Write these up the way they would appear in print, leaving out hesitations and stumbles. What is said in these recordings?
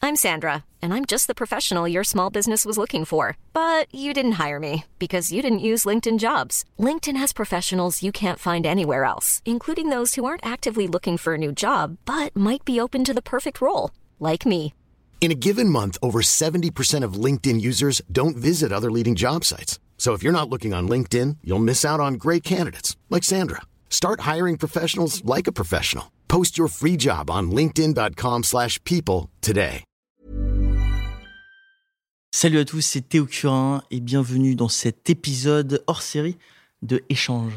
I'm Sandra, and I'm just the professional your small business was looking for. But you didn't hire me because you didn't use LinkedIn Jobs. LinkedIn has professionals you can't find anywhere else, including those who aren't actively looking for a new job, but might be open to the perfect role, like me. In a given month, over 70% of LinkedIn users don't visit other leading job sites. So if you're not looking on LinkedIn, you'll miss out on great candidates like Sandra. Start hiring professionals like a professional. Post your free job on linkedin.com/people today. Salut à tous, c'est Théo Curin et bienvenue dans cet épisode hors série de Échange.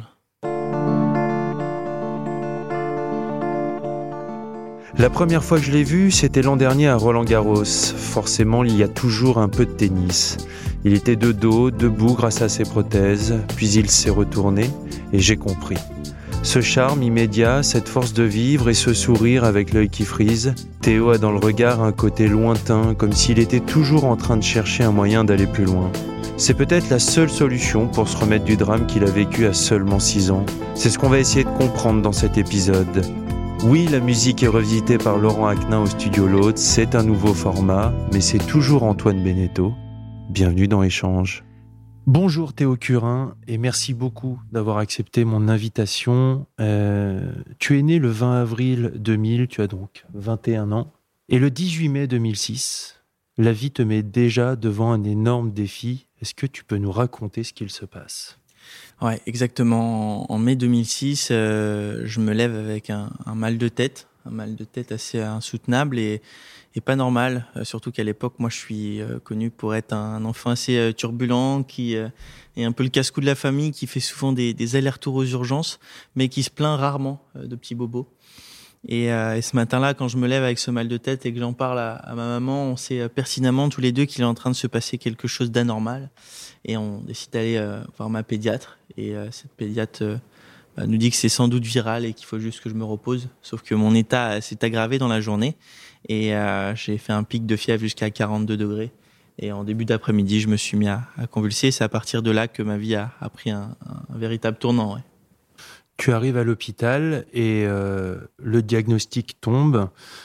La première fois que je l'ai vu, c'était l'an dernier à Roland-Garros. Forcément, il y a toujours un peu de tennis. Il était de dos, debout grâce à ses prothèses, puis il s'est retourné et j'ai compris. Ce charme immédiat, cette force de vivre et ce sourire avec l'œil qui frise, Théo a dans le regard un côté lointain, comme s'il était toujours en train de chercher un moyen d'aller plus loin. C'est peut-être la seule solution pour se remettre du drame qu'il a vécu à seulement 6 ans. C'est ce qu'on va essayer de comprendre dans cet épisode. Oui, la musique est revisitée par Laurent Aknin au studio L'Aude, c'est un nouveau format, mais c'est toujours Antoine Beneteau. Bienvenue dans Échange. Bonjour Théo Curin et merci beaucoup d'avoir accepté mon invitation. Tu es né le 20 avril 2000, tu as donc 21 ans. Et le 18 mai 2006, la vie te met déjà devant un énorme défi. Est-ce que tu peux nous raconter ce qu'il se passe ? Ouais, exactement. En mai 2006, je me lève avec un mal de tête assez insoutenable et pas normal. Surtout qu'à l'époque, moi, je suis connu pour être un enfant assez turbulent, qui est un peu le casse-cou de la famille, qui fait souvent des allers-retours aux urgences, mais qui se plaint rarement de petits bobos. Et ce matin-là, quand je me lève avec ce mal de tête et que j'en parle à ma maman, on sait pertinemment tous les deux qu'il est en train de se passer quelque chose d'anormal. Et on décide d'aller voir ma pédiatre. Et cette pédiatre nous dit que c'est sans doute viral et qu'il faut juste que je me repose. Sauf que mon état s'est aggravé dans la journée. Et j'ai fait un pic de fièvre jusqu'à 42 degrés. Et en début d'après-midi, je me suis mis à convulser. C'est à partir de là que ma vie a pris un véritable tournant. Ouais. Tu arrives à l'hôpital et le diagnostic tombe.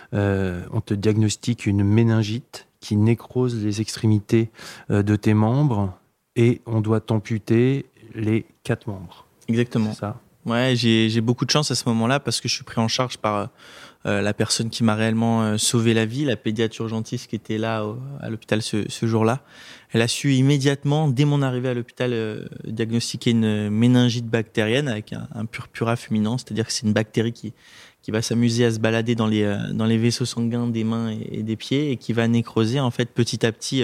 On te diagnostique une méningite qui nécrose les extrémités de tes membres et on doit t'amputer les 4 membres. Exactement. C'est ça ? Ouais, j'ai beaucoup de chance à ce moment-là parce que je suis pris en charge par la personne qui m'a réellement sauvé la vie, la pédiatre urgentiste qui était là à l'hôpital ce jour-là. Elle a su immédiatement, dès mon arrivée à l'hôpital, diagnostiquer une méningite bactérienne avec un purpura fulminant, c'est-à-dire que c'est une bactérie qui va s'amuser à se balader dans les vaisseaux sanguins des mains et des pieds et qui va nécroser en fait petit à petit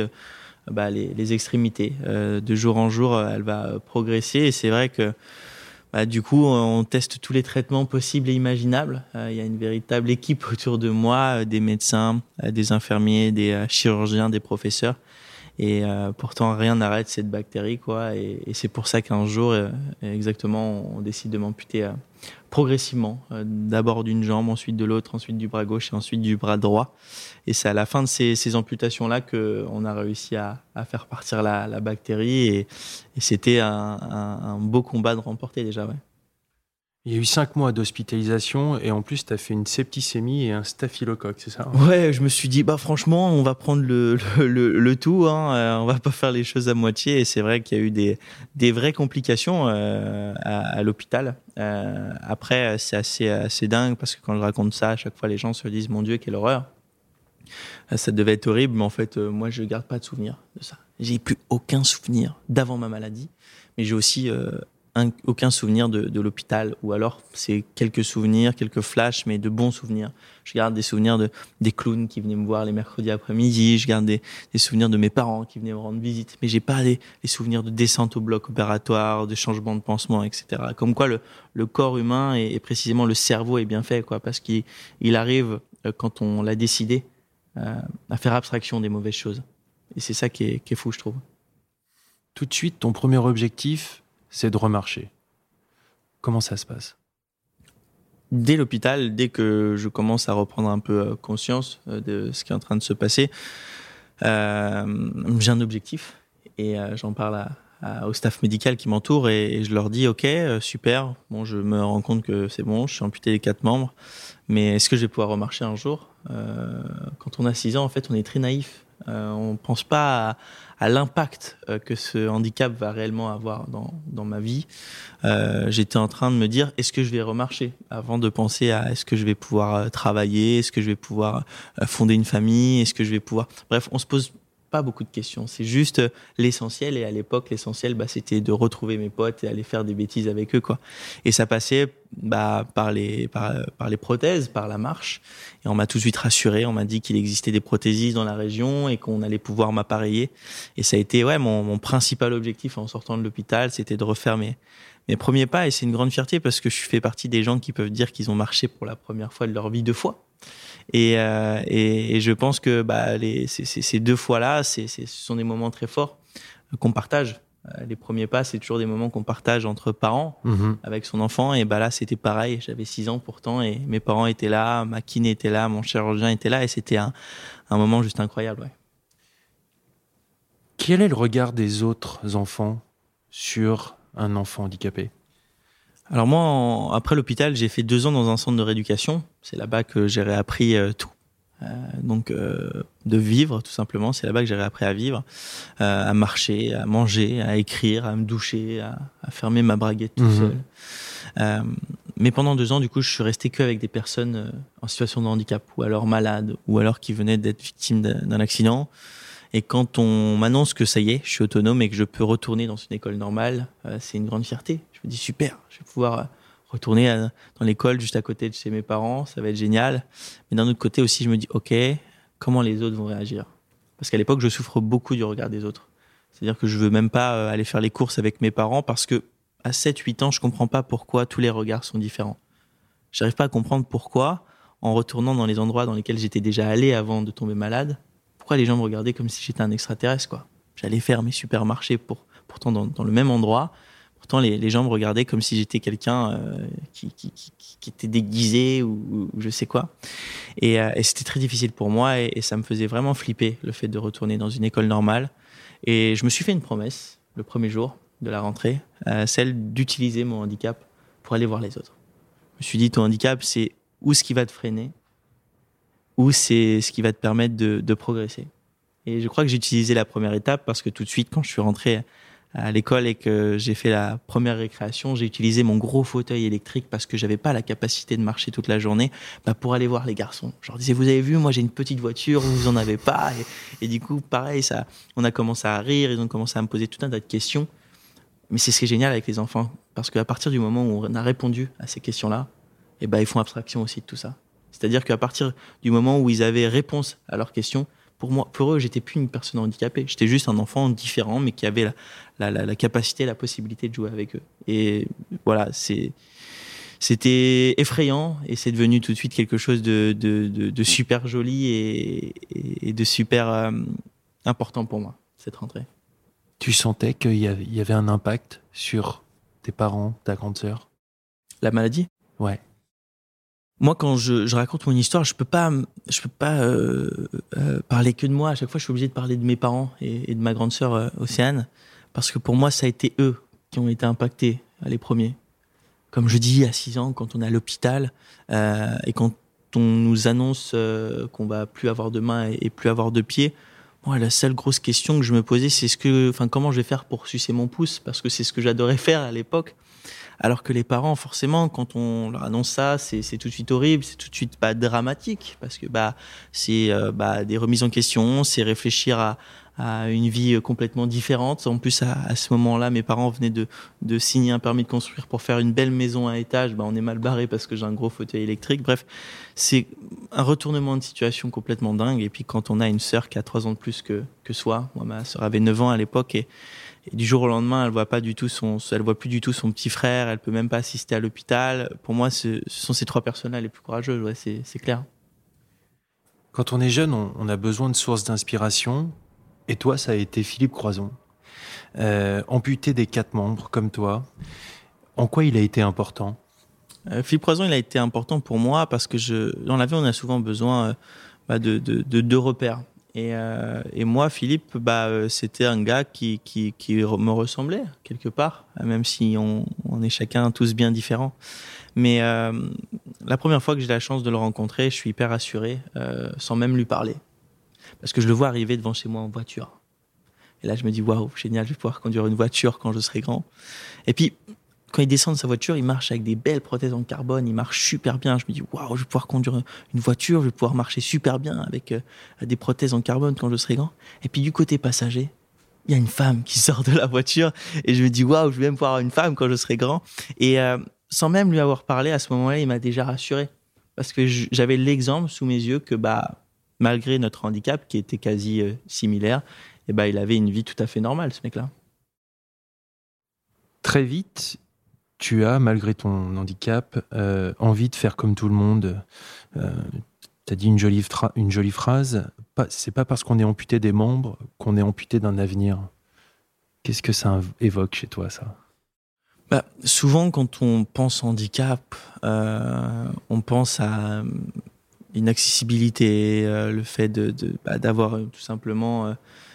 les extrémités. De jour en jour, elle va progresser et c'est vrai que du coup, on teste tous les traitements possibles et imaginables. Il y a une véritable équipe autour de moi, des médecins, des infirmiers, des chirurgiens, des professeurs. Et pourtant, rien n'arrête cette bactérie, quoi. Et c'est pour ça qu'un jour, exactement, on décide de m'amputer progressivement. D'abord d'une jambe, ensuite de l'autre, ensuite du bras gauche et ensuite du bras droit. Et c'est à la fin de ces amputations-là qu'on a réussi à faire partir la bactérie. Et c'était un beau combat de remporter déjà, ouais. Il y a eu 5 mois d'hospitalisation et en plus, tu as fait une septicémie et un staphylocoque, c'est ça ? Ouais, je me suis dit, franchement, on va prendre le tout, hein, on va pas faire les choses à moitié. Et c'est vrai qu'il y a eu des vraies complications à l'hôpital. Après, c'est assez dingue parce que quand je raconte ça, à chaque fois, les gens se disent, mon Dieu, quelle horreur. Ça devait être horrible, mais en fait, moi, je garde pas de souvenir de ça. J'ai plus aucun souvenir d'avant ma maladie, mais j'ai aussi aucun souvenir de l'hôpital, ou alors c'est quelques souvenirs, quelques flashs, mais de bons souvenirs. Je garde des souvenirs des clowns qui venaient me voir les mercredis après-midi, je garde des souvenirs de mes parents qui venaient me rendre visite, mais j'ai pas les souvenirs de descente au bloc opératoire, de changement de pansement, etc. Comme quoi le corps humain et précisément le cerveau est bien fait, quoi, parce qu'il arrive, quand on l'a décidé, à faire abstraction des mauvaises choses. Et c'est ça qui est fou, je trouve. Tout de suite, ton premier objectif, c'est de remarcher. Comment ça se passe ? Dès l'hôpital, dès que je commence à reprendre un peu conscience de ce qui est en train de se passer, j'ai un objectif et j'en parle au staff médical qui m'entoure et je leur dis ok, super, bon, je me rends compte que c'est bon, je suis amputé des 4 membres, mais est-ce que je vais pouvoir remarcher un jour? Quand on a 6 ans, en fait, on est très naïf. On pense pas à l'impact que ce handicap va réellement avoir dans ma vie. J'étais en train de me dire, est-ce que je vais remarcher? Avant de penser à est-ce que je vais pouvoir travailler, est-ce que je vais pouvoir fonder une famille, est-ce que je vais pouvoir... Bref, on se pose pas beaucoup de questions. C'est juste l'essentiel. Et à l'époque, l'essentiel, c'était de retrouver mes potes et aller faire des bêtises avec eux, quoi. Et ça passait par les prothèses, par la marche. Et on m'a tout de suite rassuré. On m'a dit qu'il existait des prothésistes dans la région et qu'on allait pouvoir m'appareiller. Et ça a été mon principal objectif en sortant de l'hôpital, c'était de refaire mes premiers pas. Et c'est une grande fierté parce que je fais partie des gens qui peuvent dire qu'ils ont marché pour la première fois de leur vie 2 fois. Et je pense que ces 2 fois-là, ce sont des moments très forts qu'on partage. Les premiers pas, c'est toujours des moments qu'on partage entre parents avec son enfant. Et là, c'était pareil. J'avais 6 ans pourtant et mes parents étaient là, ma kiné était là, mon chirurgien était là et c'était un moment juste incroyable. Ouais. Quel est le regard des autres enfants sur un enfant handicapé? Alors moi, après l'hôpital, j'ai fait 2 ans dans un centre de rééducation. C'est là-bas que j'ai réappris tout. De vivre, tout simplement. C'est là-bas que j'ai réappris à vivre, à marcher, à manger, à écrire, à me doucher, à fermer ma braguette tout seul. Mais pendant 2 ans, du coup, je suis resté qu'avec des personnes en situation de handicap, ou alors malades, ou alors qui venaient d'être victimes d'un accident. Et quand on m'annonce que ça y est, je suis autonome et que je peux retourner dans une école normale, c'est une grande fierté. Je me dis super, je vais pouvoir retourner dans l'école juste à côté de chez mes parents, ça va être génial. Mais d'un autre côté aussi, je me dis ok, comment les autres vont réagir? Parce qu'à l'époque, je souffre beaucoup du regard des autres. C'est-à-dire que je veux même pas aller faire les courses avec mes parents parce que à 7-8 ans, je comprends pas pourquoi tous les regards sont différents. J'arrive pas à comprendre pourquoi, en retournant dans les endroits dans lesquels j'étais déjà allé avant de tomber malade, pourquoi les gens me regardaient comme si j'étais un extraterrestre, quoi. J'allais faire mes supermarchés pourtant dans le même endroit. Pourtant, les gens me regardaient comme si j'étais quelqu'un qui était déguisé ou je sais quoi. Et c'était très difficile pour moi et ça me faisait vraiment flipper le fait de retourner dans une école normale. Et je me suis fait une promesse le premier jour de la rentrée, celle d'utiliser mon handicap pour aller voir les autres. Je me suis dit, ton handicap, c'est ou ce qui va te freiner, ou c'est ce qui va te permettre de progresser. Et je crois que j'ai utilisé la première étape parce que tout de suite, quand je suis rentré à l'école et que j'ai fait la première récréation, j'ai utilisé mon gros fauteuil électrique parce que j'avais pas la capacité de marcher toute la journée, pour aller voir les garçons. Je leur disais, vous avez vu, moi j'ai une petite voiture, vous en avez pas. Et du coup, pareil, on a commencé à rire, ils ont commencé à me poser tout un tas de questions. Mais c'est ce qui est génial avec les enfants, parce qu'à partir du moment où on a répondu à ces questions-là, ils font abstraction aussi de tout ça. C'est-à-dire qu'à partir du moment où ils avaient réponse à leurs questions, pour eux, j'étais plus une personne handicapée. J'étais juste un enfant différent, mais qui avait la capacité, la possibilité de jouer avec eux. Et voilà, c'était effrayant et c'est devenu tout de suite quelque chose de super joli et de super important pour moi, cette rentrée. Tu sentais qu'il y avait un impact sur tes parents, ta grande sœur? La maladie? Ouais. Moi, quand je raconte mon histoire, je peux pas parler que de moi. À chaque fois, je suis obligé de parler de mes parents et de ma grande sœur Océane, parce que pour moi, ça a été eux qui ont été impactés les premiers. Comme je dis, à 6 ans, quand on est à l'hôpital et quand on nous annonce qu'on va plus avoir de mains et plus avoir de pieds, moi, la seule grosse question que je me posais, c'est comment je vais faire pour sucer mon pouce, parce que c'est ce que j'adorais faire à l'époque. Alors que les parents, forcément, quand on leur annonce ça, c'est tout de suite horrible, c'est tout de suite pas dramatique, parce que c'est des remises en question, c'est réfléchir à une vie complètement différente. En plus, à ce moment-là, mes parents venaient de signer un permis de construire pour faire une belle maison à étage. On est mal barré parce que j'ai un gros fauteuil électrique. Bref, c'est un retournement de situation complètement dingue. Et puis quand on a une sœur qui a 3 ans de plus que soi, moi, ma sœur avait 9 ans à l'époque et du jour au lendemain, elle voit plus du tout son petit frère, elle peut même pas assister à l'hôpital. Pour moi, ce sont ces 3 personnes-là les plus courageuses, ouais, c'est clair. Quand on est jeune, on a besoin de sources d'inspiration. Et toi, ça a été Philippe Croison. Amputé des 4 membres, comme toi. En quoi il a été important? Philippe Croison, il a été important pour moi parce que dans la vie, on a souvent besoin de 2 repères. Et moi, Philippe, c'était un gars qui me ressemblait quelque part, même si on est chacun tous bien différents. Mais la première fois que j'ai la chance de le rencontrer, je suis hyper rassuré, sans même lui parler. Parce que je le vois arriver devant chez moi en voiture. Et là, je me dis, waouh, génial, je vais pouvoir conduire une voiture quand je serai grand. Et puis, quand il descend de sa voiture, il marche avec des belles prothèses en carbone, il marche super bien. Je me dis, waouh, je vais pouvoir conduire une voiture, je vais pouvoir marcher super bien avec des prothèses en carbone quand je serai grand. Et puis, du côté passager, il y a une femme qui sort de la voiture et je me dis, waouh, je vais même pouvoir avoir une femme quand je serai grand. Et sans même lui avoir parlé, à ce moment-là, il m'a déjà rassuré. Parce que j'avais l'exemple sous mes yeux que, malgré notre handicap, qui était quasi similaire, il avait une vie tout à fait normale, ce mec-là. Très vite, tu as, malgré ton handicap, envie de faire comme tout le monde. Tu as dit une jolie phrase. C'est pas parce qu'on est amputé des membres qu'on est amputé d'un avenir. Qu'est-ce que ça évoque chez toi, ça ? Souvent, quand on pense handicap, on pense à l'inaccessibilité, le fait d'avoir tout simplement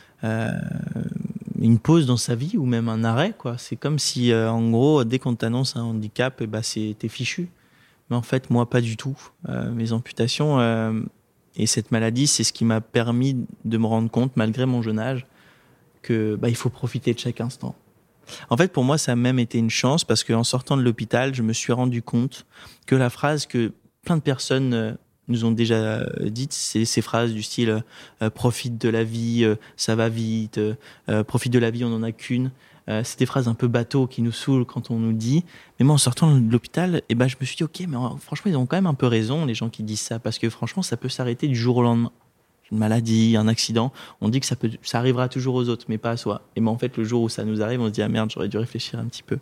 une pause dans sa vie ou même un arrêt, quoi. C'est comme si, en gros, dès qu'on t'annonce un handicap, t'es fichu. Mais en fait, moi, pas du tout. Mes amputations et cette maladie, c'est ce qui m'a permis de me rendre compte, malgré mon jeune âge, que il faut profiter de chaque instant. En fait, pour moi, ça a même été une chance parce qu'en sortant de l'hôpital, je me suis rendu compte que la phrase que plein de personnes nous ont déjà dites, c'est ces phrases du style profite de la vie, ça va vite, profite de la vie, on n'en a qu'une. C'est des phrases un peu bateau qui nous saoulent quand on nous le dit. Mais moi, en sortant de l'hôpital, je me suis dit, ok, mais franchement, ils ont quand même un peu raison, les gens qui disent ça, parce que franchement, ça peut s'arrêter du jour au lendemain. Une maladie, un accident, on dit que ça arrivera toujours aux autres, mais pas à soi. Et en fait, le jour où ça nous arrive, on se dit, ah merde, j'aurais dû réfléchir un petit peu.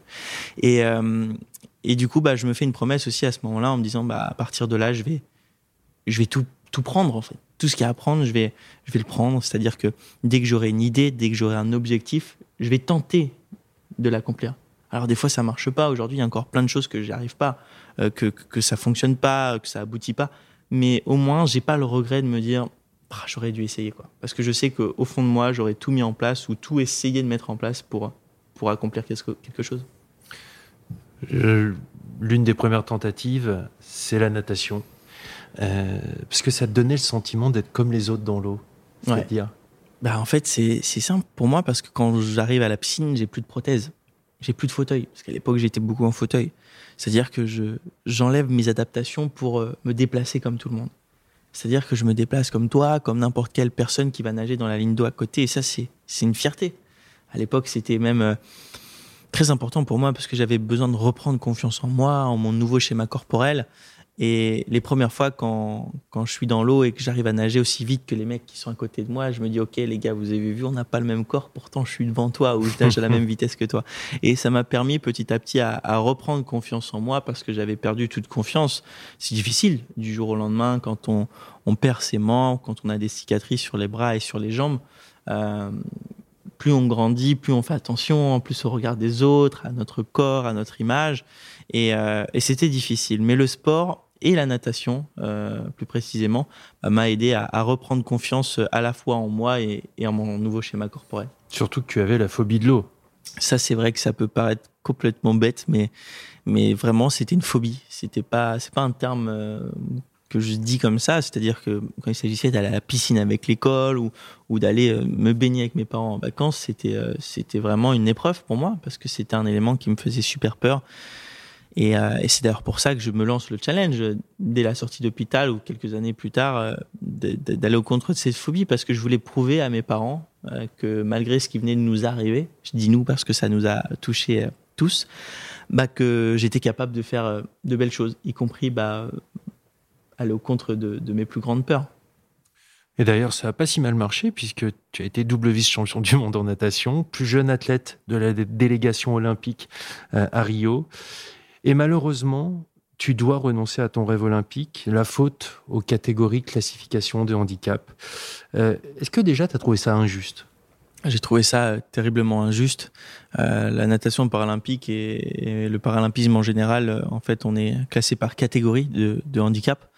Et du coup, je me fais une promesse aussi à ce moment-là en me disant, à partir de là, je vais tout prendre, en fait. Tout ce qu'il y a à prendre, je vais le prendre. C'est-à-dire que dès que j'aurai une idée, dès que j'aurai un objectif, je vais tenter de l'accomplir. Alors des fois, ça marche pas. Aujourd'hui, il y a encore plein de choses que j'y arrive pas, que ça fonctionne pas, que ça aboutit pas. Mais au moins, j'ai pas le regret de me dire, j'aurais dû essayer, quoi. Parce que je sais qu'au fond de moi, j'aurais tout mis en place ou tout essayé de mettre en place pour accomplir quelque chose. L'une des premières tentatives, c'est la natation. Parce que ça te donnait le sentiment d'être comme les autres dans l'eau. C'est-à-dire en fait, c'est simple pour moi parce que quand j'arrive à la piscine, j'ai plus de prothèse. J'ai plus de fauteuil. Parce qu'à l'époque, j'étais beaucoup en fauteuil. C'est-à-dire que j'enlève mes adaptations pour me déplacer comme tout le monde. C'est-à-dire que je me déplace comme toi, comme n'importe quelle personne qui va nager dans la ligne d'eau à côté. Et ça, c'est une fierté. À l'époque, c'était même très important pour moi parce que j'avais besoin de reprendre confiance en moi, en mon nouveau schéma corporel. Et les premières fois, quand je suis dans l'eau et que j'arrive à nager aussi vite que les mecs qui sont à côté de moi, je me dis, ok, les gars, vous avez vu, on n'a pas le même corps, pourtant je suis devant toi ou je nage à la même vitesse que toi. Et ça m'a permis petit à petit à reprendre confiance en moi parce que j'avais perdu toute confiance. C'est difficile du jour au lendemain quand on perd ses membres, quand on a des cicatrices sur les bras et sur les jambes. Plus on grandit, plus on fait attention, plus au regard des autres, à notre corps, à notre image. Et c'était difficile. Mais le sport et la natation, plus précisément, m'a aidé à reprendre confiance à la fois en moi et en mon nouveau schéma corporel. Surtout que tu avais la phobie de l'eau. Ça, c'est vrai que ça peut paraître complètement bête, mais vraiment, c'était une phobie. C'est pas un terme que je dis comme ça, c'est-à-dire que quand il s'agissait d'aller à la piscine avec l'école ou d'aller me baigner avec mes parents en vacances, c'était vraiment une épreuve pour moi parce que c'était un élément qui me faisait super peur. Et c'est d'ailleurs pour ça que je me lance le challenge dès la sortie d'hôpital ou quelques années plus tard d'aller au contre de cette phobie parce que je voulais prouver à mes parents que malgré ce qui venait de nous arriver, je dis nous parce que ça nous a touchés tous, que j'étais capable de faire de belles choses, y compris aller au contre de mes plus grandes peurs. Et d'ailleurs, ça n'a pas si mal marché puisque tu as été double vice-champion du monde en natation, plus jeune athlète de la délégation olympique à Rio. Et malheureusement, tu dois renoncer à ton rêve olympique, la faute aux catégories classification de handicap. Est-ce que déjà tu as trouvé ça injuste ? J'ai trouvé ça terriblement injuste. La natation paralympique et le paralympisme en général, en fait, on est classé par catégorie de handicap.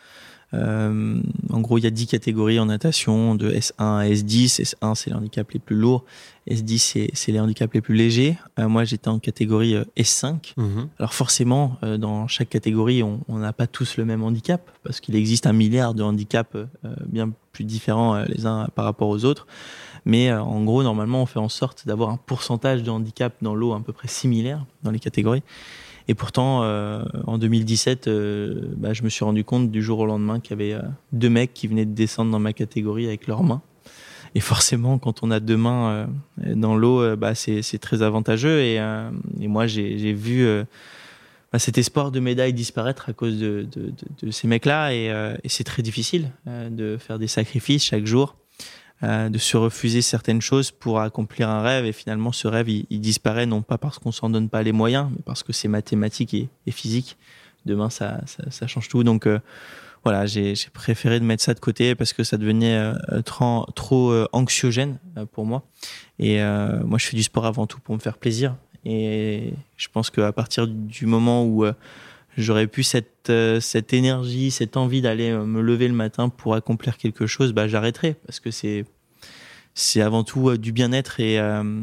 En gros, il y a 10 catégories en natation, de S1 à S10. S1, c'est les handicaps les plus lourds. S10, c'est les handicaps les plus légers. Moi, j'étais en catégorie S5. Alors forcément, dans chaque catégorie, on n'a pas tous le même handicap, parce qu'il existe 1 milliard de handicaps bien plus différents les uns par rapport aux autres. Mais en gros, normalement, on fait en sorte d'avoir un pourcentage de handicap dans l'eau à peu près similaire dans les catégories. Et pourtant, en 2017, je me suis rendu compte du jour au lendemain qu'il y avait 2 mecs qui venaient de descendre dans ma catégorie avec leurs mains. Et forcément, quand on a 2 mains dans l'eau, c'est très avantageux. Et moi, j'ai vu cet espoir de médaille disparaître à cause de ces mecs-là. Et c'est très difficile de faire des sacrifices chaque jour, de se refuser certaines choses pour accomplir un rêve. Et finalement, ce rêve, il disparaît non pas parce qu'on s'en donne pas les moyens, mais parce que c'est mathématique et physique. Demain, ça change tout. Donc voilà, j'ai préféré de mettre ça de côté parce que ça devenait trop anxiogène pour moi. Et moi, je fais du sport avant tout pour me faire plaisir. Et je pense qu'à partir du moment où j'aurais pu cette énergie, cette envie d'aller me lever le matin pour accomplir quelque chose, j'arrêterai, parce que c'est avant tout du bien-être et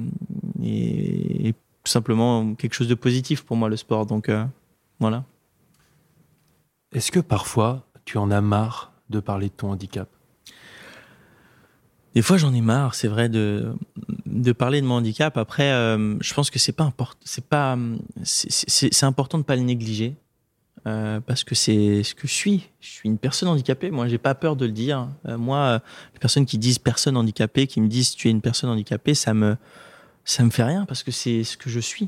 tout simplement quelque chose de positif pour moi, le sport. Donc voilà. Est-ce que parfois tu en as marre de parler de ton handicap ? Des fois, j'en ai marre, c'est vrai, de parler de mon handicap. Après, je pense que c'est important de pas le négliger. Parce que c'est ce que je suis. Je suis une personne handicapée. Moi, j'ai pas peur de le dire. Les personnes qui disent personne handicapée, qui me disent tu es une personne handicapée, ça me fait rien, parce que c'est ce que je suis.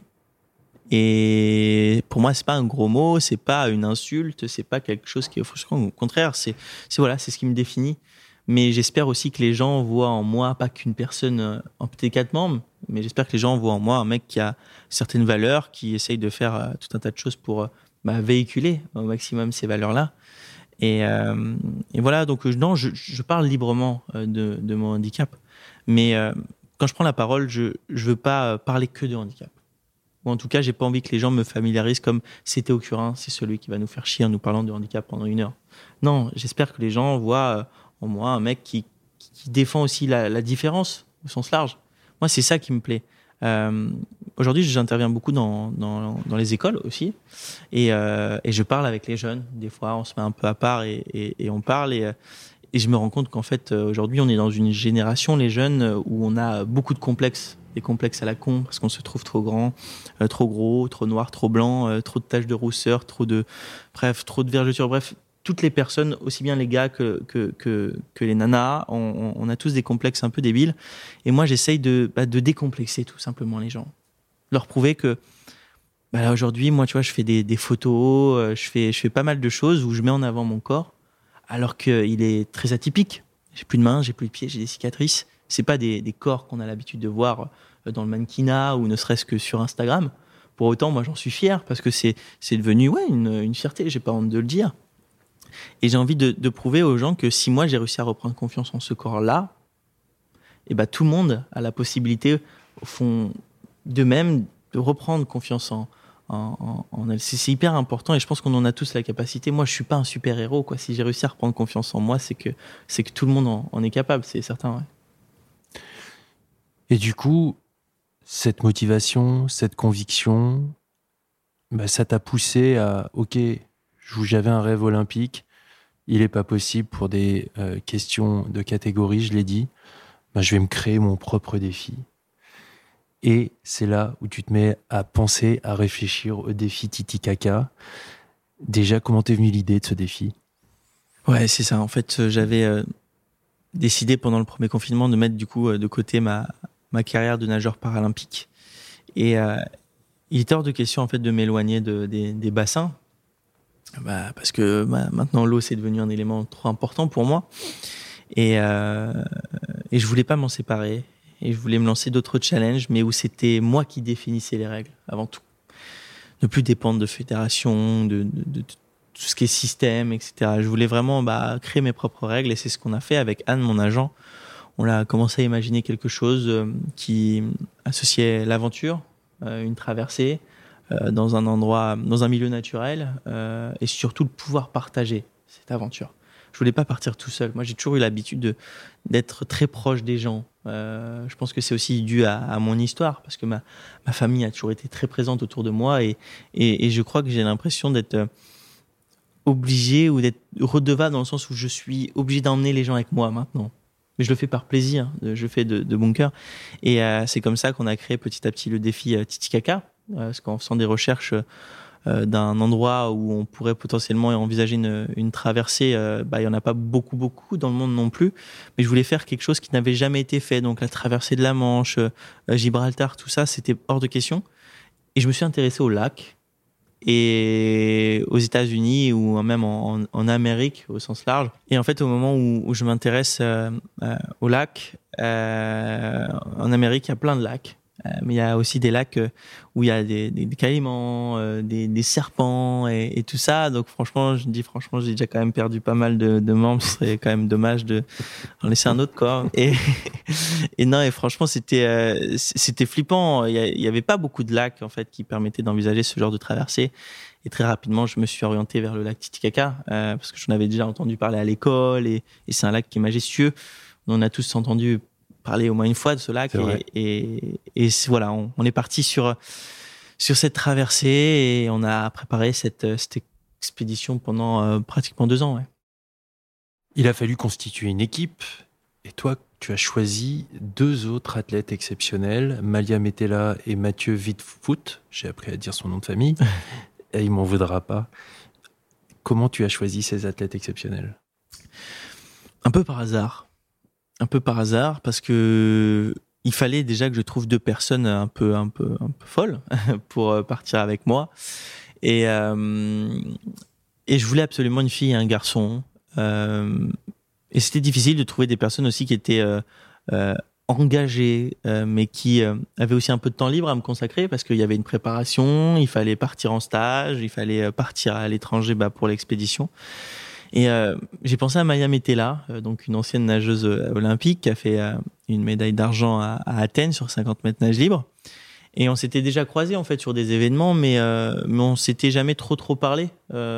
Et pour moi, c'est pas un gros mot, c'est pas une insulte, c'est pas quelque chose qui est frustrant. Au contraire, c'est ce qui me définit. Mais j'espère aussi que les gens voient en moi pas qu'une personne amputée 4 membres, mais j'espère que les gens voient en moi un mec qui a certaines valeurs, qui essaye de faire tout un tas de choses pour véhiculer au maximum ces valeurs-là. Et voilà, donc non, je parle librement de mon handicap. Mais quand je prends la parole, je veux pas parler que de handicap. Ou en tout cas, j'ai pas envie que les gens me familiarisent comme c'était Ocurin, c'est celui qui va nous faire chier en nous parlant de handicap pendant 1 heure. Non, j'espère que les gens voient en moi un mec qui défend aussi la différence au sens large. Moi, c'est ça qui me plaît. Aujourd'hui, j'interviens beaucoup dans les écoles aussi, et je parle avec les jeunes. Des fois, on se met un peu à part et on parle, et je me rends compte qu'en fait, aujourd'hui, on est dans une génération, les jeunes, où on a beaucoup de complexes, des complexes à la con, parce qu'on se trouve trop grand, trop gros, trop noir, trop blanc, trop de taches de rousseur, trop de vergetures, bref. Toutes les personnes, aussi bien les gars que les nanas, on a tous des complexes un peu débiles. Et moi, j'essaye de décomplexer tout simplement les gens. Leur prouver que là, aujourd'hui, moi, tu vois, je fais des photos, je fais pas mal de choses où je mets en avant mon corps, alors qu'il est très atypique. J'ai plus de mains, j'ai plus de pieds, j'ai des cicatrices. C'est pas des corps qu'on a l'habitude de voir dans le mannequinat ou ne serait-ce que sur Instagram. Pour autant, moi, j'en suis fier, parce que c'est devenu une fierté, j'ai pas honte de le dire. Et j'ai envie de prouver aux gens que si moi j'ai réussi à reprendre confiance en ce corps-là, et tout le monde a la possibilité, au fond d'eux-mêmes, de reprendre confiance en elle. C'est hyper important, et je pense qu'on en a tous la capacité. Moi, je suis pas un super-héros, quoi. Si j'ai réussi à reprendre confiance en moi, c'est que tout le monde en est capable, c'est certain, ouais. Et du coup, cette motivation, cette conviction, ça t'a poussé à ok, j'avais un rêve olympique, il n'est pas possible pour des questions de catégorie, je l'ai dit, je vais me créer mon propre défi. Et c'est là où tu te mets à penser, à réfléchir au défi Titicaca. Déjà, comment t'es venue l'idée de ce défi ? Ouais, c'est ça. En fait, j'avais décidé pendant le premier confinement de mettre du coup de côté ma carrière de nageur paralympique. Et il était hors de question en fait de m'éloigner des bassins. Parce que maintenant l'eau c'est devenu un élément trop important pour moi, et je voulais pas m'en séparer, et je voulais me lancer d'autres challenges, mais où c'était moi qui définissais les règles avant tout, ne plus dépendre de fédérations, de tout ce qui est système, etc. Je voulais vraiment créer mes propres règles, et c'est ce qu'on a fait avec Anne, mon agent. On a commencé à imaginer quelque chose qui associait l'aventure, une traversée, dans un endroit, dans un milieu naturel, et surtout de pouvoir partager cette aventure. je voulais pas partir tout seul. Moi, j'ai toujours eu l'habitude d'être très proche des gens. Je pense que c'est aussi dû à mon histoire, parce que ma famille a toujours été très présente autour de moi, et je crois que j'ai l'impression d'être obligé ou d'être redevable dans le sens où je suis obligé d'emmener les gens avec moi maintenant. Mais je le fais par plaisir, je le fais de bon cœur. Et c'est comme ça qu'on a créé petit à petit le défi Titicaca, parce qu'en faisant des recherches d'un endroit où on pourrait potentiellement envisager une traversée, il y en a pas beaucoup dans le monde non plus. Mais je voulais faire quelque chose qui n'avait jamais été fait. Donc la traversée de la Manche, Gibraltar, tout ça, c'était hors de question. Et je me suis intéressé aux lacs. Et aux États-Unis ou même en Amérique au sens large. Et en fait, au moment où je m'intéresse aux lacs, en Amérique, il y a plein de lacs. Mais il y a aussi des lacs où il y a des caïmans, des serpents et tout ça. Donc franchement, j'ai déjà quand même perdu pas mal de membres. Ce serait quand même dommage de en laisser un autre, quoi. Et non, et franchement, c'était flippant. Il y avait pas beaucoup de lacs en fait qui permettaient d'envisager ce genre de traversée. Et très rapidement, je me suis orienté vers le lac Titicaca parce que j'en avais déjà entendu parler à l'école et c'est un lac qui est majestueux. On a tous entendu parler au moins une fois de ce lac et voilà, on est parti sur cette traversée et on a préparé cette expédition pendant pratiquement 2 ans. Ouais. Il a fallu constituer une équipe et toi, tu as choisi 2 autres athlètes exceptionnels, Malia Metella et Mathieu Witfoot. J'ai appris à dire son nom de famille et il m'en voudra pas. Comment tu as choisi ces athlètes exceptionnels ? Un peu par hasard, parce que il fallait déjà que je trouve 2 personnes un peu folles pour partir avec moi. Et je voulais absolument une fille et un garçon. Et c'était difficile de trouver des personnes aussi qui étaient engagées, mais qui avaient aussi un peu de temps libre à me consacrer, parce qu'il y avait une préparation, il fallait partir en stage, il fallait partir à l'étranger pour l'expédition. Et j'ai pensé à Malia Metella, donc une ancienne nageuse olympique qui a fait une médaille d'argent à Athènes sur 50 mètres nage libre. Et on s'était déjà croisés en fait sur des événements, mais on s'était jamais trop parlé.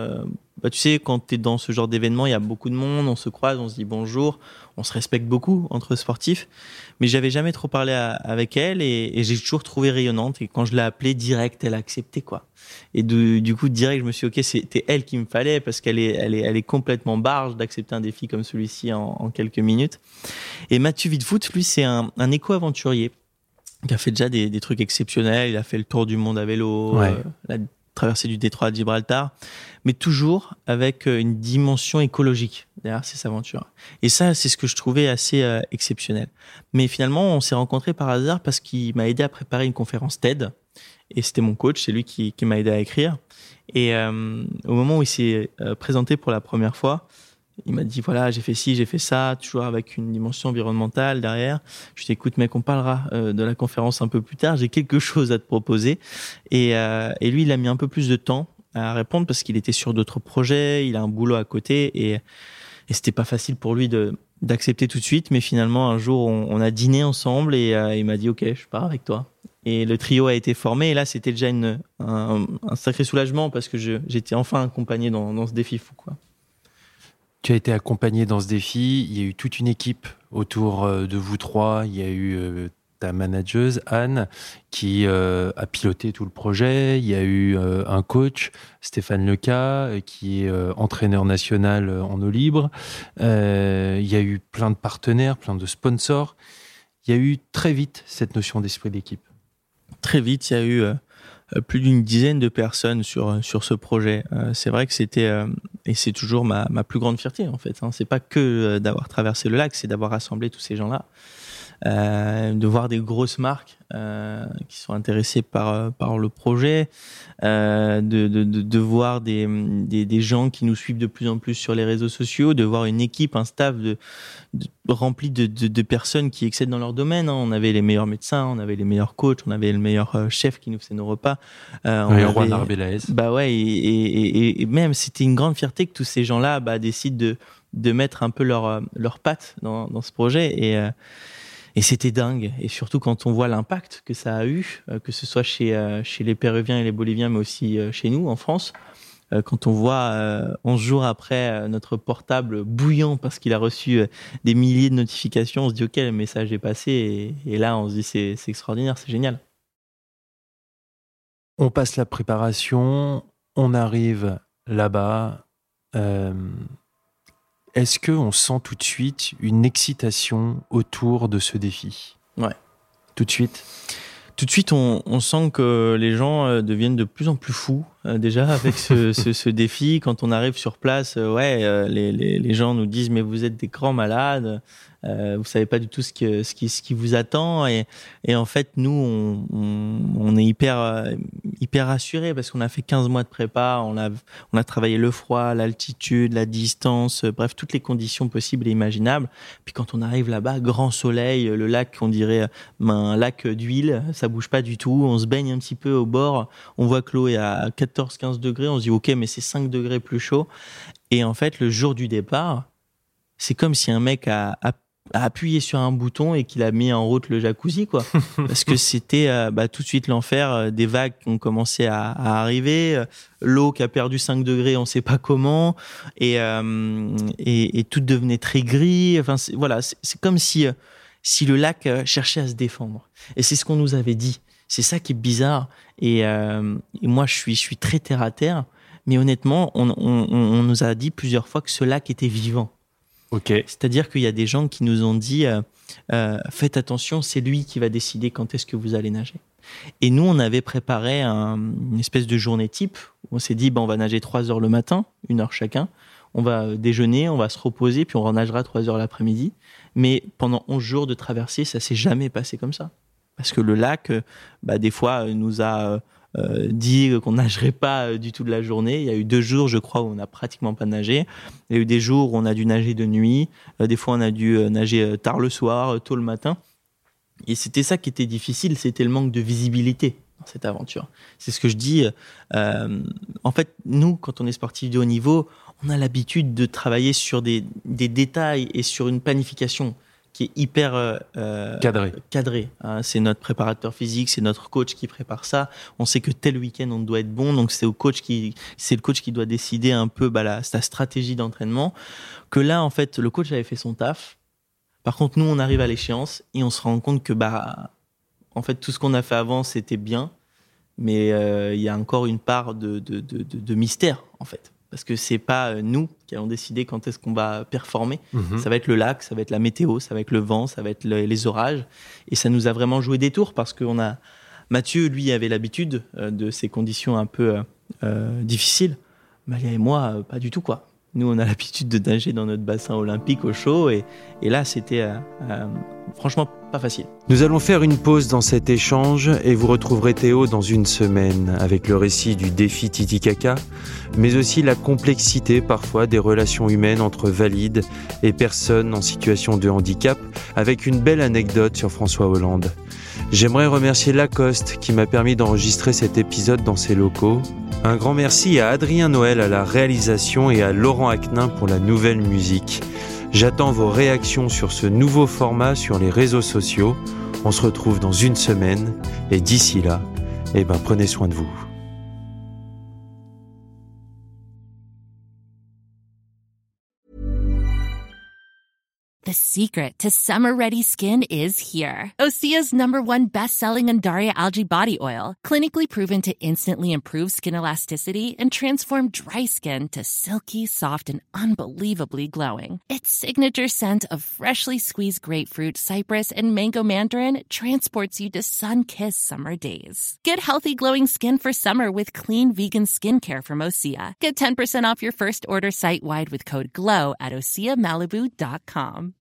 Tu sais, quand t'es dans ce genre d'événement, il y a beaucoup de monde, on se croise, on se dit bonjour, on se respecte beaucoup entre sportifs. Mais j'avais jamais trop parlé avec elle et j'ai toujours trouvé rayonnante. Et quand je l'ai appelée direct, elle a accepté, quoi. Et du coup, direct, je me suis dit, ok, c'était elle qu'il me fallait parce qu'elle est complètement barge d'accepter un défi comme celui-ci en quelques minutes. Et Mathieu Witfoot, lui, c'est un éco-aventurier qui a fait déjà des trucs exceptionnels. Il a fait le tour du monde à vélo, la traversée du détroit de Gibraltar, mais toujours avec une dimension écologique derrière ces aventures. Et ça, c'est ce que je trouvais assez exceptionnel. Mais finalement, on s'est rencontrés par hasard parce qu'il m'a aidé à préparer une conférence TED. Et c'était mon coach, c'est lui qui m'a aidé à écrire. Et au moment où il s'est présenté pour la première fois, il m'a dit, voilà, j'ai fait ci, j'ai fait ça, toujours avec une dimension environnementale derrière. Je lui ai dit, écoute, mec, on parlera de la conférence un peu plus tard. J'ai quelque chose à te proposer. Et lui, il a mis un peu plus de temps à répondre parce qu'il était sur d'autres projets. Il a un boulot à côté et c'était pas facile pour lui d'accepter tout de suite. Mais finalement, un jour, on a dîné ensemble et il m'a dit, OK, je pars avec toi. Et le trio a été formé. Et là, c'était déjà un sacré soulagement parce que j'étais enfin accompagné dans ce défi fou, quoi. Tu as été accompagné dans ce défi, il y a eu toute une équipe autour de vous 3, il y a eu ta manageuse Anne qui a piloté tout le projet, il y a eu un coach, Stéphane Leca, qui est entraîneur national en eau libre, il y a eu plein de partenaires, plein de sponsors, il y a eu très vite cette notion d'esprit d'équipe. Très vite, il y a eu plus d'une dizaine de personnes sur ce projet. C'est vrai que c'était et c'est toujours ma plus grande fierté en fait. C'est pas que d'avoir traversé le lac, c'est d'avoir rassemblé tous ces gens-là, de voir des grosses marques qui sont intéressées par le projet, de voir des gens qui nous suivent de plus en plus sur les réseaux sociaux, de voir une équipe, un staff rempli de personnes qui excellent dans leur domaine. On avait les meilleurs médecins, on avait les meilleurs coachs, on avait le meilleur chef qui nous faisait nos repas. Juan Arbeláez. Et même c'était une grande fierté que tous ces gens-là décident de mettre un peu leur patte dans ce projet et c'était dingue. Et surtout quand on voit l'impact que ça a eu, que ce soit chez les Péruviens et les Boliviens, mais aussi chez nous en France. quand on voit 11 jours après notre portable bouillant parce qu'il a reçu des milliers de notifications, on se dit ok, le message est passé et là on se dit c'est extraordinaire, c'est génial. On passe la préparation, on arrive là-bas. Est-ce qu'on sent tout de suite une excitation autour de ce défi ? Ouais. Tout de suite ? Tout de suite, on sent que les gens deviennent de plus en plus fous déjà avec ce défi. Quand on arrive sur place, les gens nous disent mais vous êtes des grands malades, vous savez pas du tout ce qui vous attend et en fait nous on est hyper rassurés parce qu'on a fait 15 mois de prépa, on a travaillé le froid, l'altitude, la distance, bref toutes les conditions possibles et imaginables. Puis quand on arrive là-bas, grand soleil, le lac on dirait un lac d'huile, ça bouge pas du tout, on se baigne un petit peu au bord, on voit que l'eau est à 14-15 degrés, on se dit ok mais c'est 5 degrés plus chaud et en fait le jour du départ c'est comme si un mec a appuyé sur un bouton et qu'il a mis en route le jacuzzi quoi parce que c'était tout de suite l'enfer, des vagues qui ont commencé à arriver, l'eau qui a perdu 5 degrés on sait pas comment et tout devenait très gris, enfin c'est comme si le lac cherchait à se défendre et c'est ce qu'on nous avait dit. C'est ça qui est bizarre et moi je suis très terre à terre mais honnêtement on nous a dit plusieurs fois que ce lac était vivant. Okay. C'est-à-dire qu'il y a des gens qui nous ont dit faites attention, c'est lui qui va décider quand est-ce que vous allez nager. Et nous, on avait préparé une espèce de journée type où on s'est dit on va nager 3 heures le matin, 1 heure chacun, on va déjeuner, on va se reposer, puis on renagera 3 heures l'après-midi. Mais pendant 11 jours de traversée, ça s'est jamais passé comme ça. Parce que le lac, des fois, nous a dit qu'on nagerait pas du tout de la journée. Il y a eu 2 jours, je crois, où on n'a pratiquement pas nagé. Il y a eu des jours où on a dû nager de nuit. Des fois, on a dû nager tard le soir, tôt le matin. Et c'était ça qui était difficile, c'était le manque de visibilité dans cette aventure. C'est ce que je dis. En fait, nous, quand on est sportif de haut niveau, on a l'habitude de travailler sur des détails et sur une planification qui est hyper cadré. Hein. C'est notre préparateur physique, c'est notre coach qui prépare ça. On sait que tel week-end on doit être bon, donc c'est le coach qui doit décider un peu sa stratégie d'entraînement. Que là, en fait, le coach avait fait son taf. Par contre, nous, on arrive à l'échéance et on se rend compte que en fait, tout ce qu'on a fait avant, c'était bien, mais il y a encore une part de mystère, en fait. Parce que c'est pas nous qui allons décider quand est-ce qu'on va performer. Mmh. Ça va être le lac, ça va être la météo, ça va être le vent, ça va être les orages. Et ça nous a vraiment joué des tours parce qu'on a... Mathieu, lui, avait l'habitude de ces conditions un peu difficiles. Malia et moi, pas du tout, quoi. Nous, on a l'habitude de nager dans notre bassin olympique au chaud. Et là, c'était franchement pas facile. Nous allons faire une pause dans cet échange et vous retrouverez Théo dans 1 semaine avec le récit du défi Titicaca, mais aussi la complexité parfois des relations humaines entre valides et personnes en situation de handicap, avec une belle anecdote sur François Hollande. J'aimerais remercier Lacoste qui m'a permis d'enregistrer cet épisode dans ses locaux. Un grand merci à Adrien Noël à la réalisation et à Laurent Aquenin pour la nouvelle musique. J'attends vos réactions sur ce nouveau format sur les réseaux sociaux. On se retrouve dans 1 semaine et d'ici là, prenez soin de vous. The secret to summer-ready skin is here. Osea's #1 best-selling Undaria Algae Body Oil, clinically proven to instantly improve skin elasticity and transform dry skin to silky, soft, and unbelievably glowing. Its signature scent of freshly squeezed grapefruit, cypress, and mango mandarin transports you to sun-kissed summer days. Get healthy, glowing skin for summer with clean vegan skincare from Osea. Get 10% off your first order site-wide with code GLOW at OseaMalibu.com.